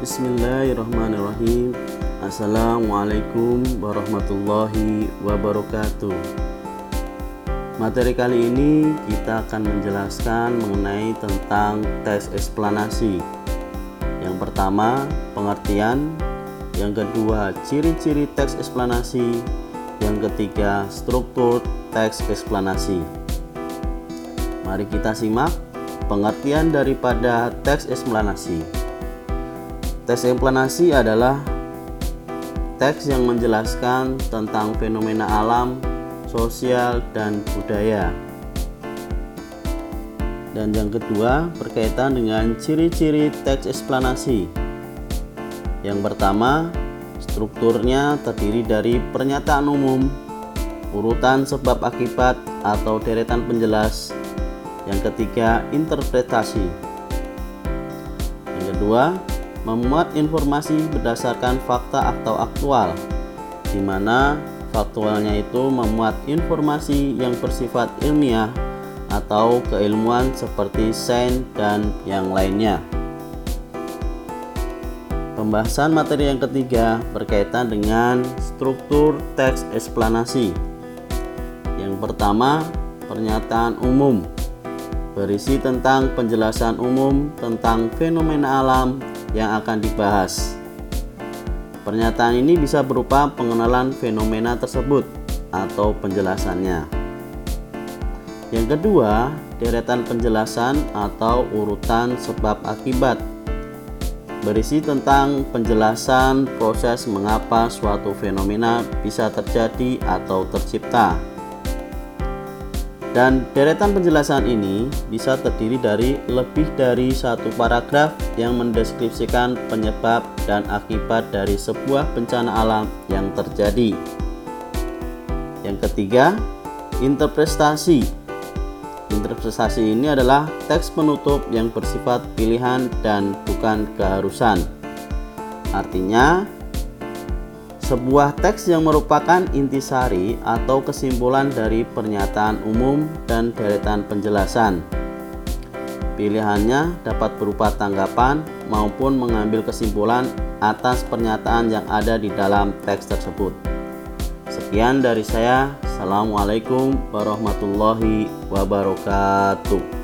Bismillahirrahmanirrahim. Assalamualaikum warahmatullahi wabarakatuh. Materi kali ini kita akan menjelaskan mengenai tentang teks eksplanasi. Yang pertama, pengertian. Yang kedua, ciri-ciri teks eksplanasi. Yang ketiga, struktur teks eksplanasi. Mari kita simak pengertian daripada teks eksplanasi. Teks eksplanasi adalah teks yang menjelaskan tentang fenomena alam, sosial, dan budaya. Dan yang kedua berkaitan dengan ciri-ciri teks eksplanasi. Yang pertama, strukturnya terdiri dari pernyataan umum, urutan sebab akibat atau deretan penjelas. Yang ketiga, interpretasi. Yang kedua, memuat informasi berdasarkan fakta atau aktual, di mana faktualnya itu memuat informasi yang bersifat ilmiah atau keilmuan seperti sains dan yang lainnya. Pembahasan materi yang ketiga berkaitan dengan struktur teks eksplanasi. Yang pertama, pernyataan umum, berisi tentang penjelasan umum tentang fenomena alam yang akan dibahas. Pernyataan ini bisa berupa pengenalan fenomena tersebut atau penjelasannya. Yang kedua, deretan penjelasan atau urutan sebab akibat, berisi tentang penjelasan proses mengapa suatu fenomena bisa terjadi atau tercipta. Dan deretan penjelasan ini bisa terdiri dari lebih dari satu paragraf yang mendeskripsikan penyebab dan akibat dari sebuah bencana alam yang terjadi. Yang ketiga, interpretasi. Interpretasi ini adalah teks penutup yang bersifat pilihan dan bukan keharusan. Artinya, sebuah teks yang merupakan intisari atau kesimpulan dari pernyataan umum dan deretan penjelasan. Pilihannya dapat berupa tanggapan maupun mengambil kesimpulan atas pernyataan yang ada di dalam teks tersebut. Sekian dari saya. Assalamualaikum warahmatullahi wabarakatuh.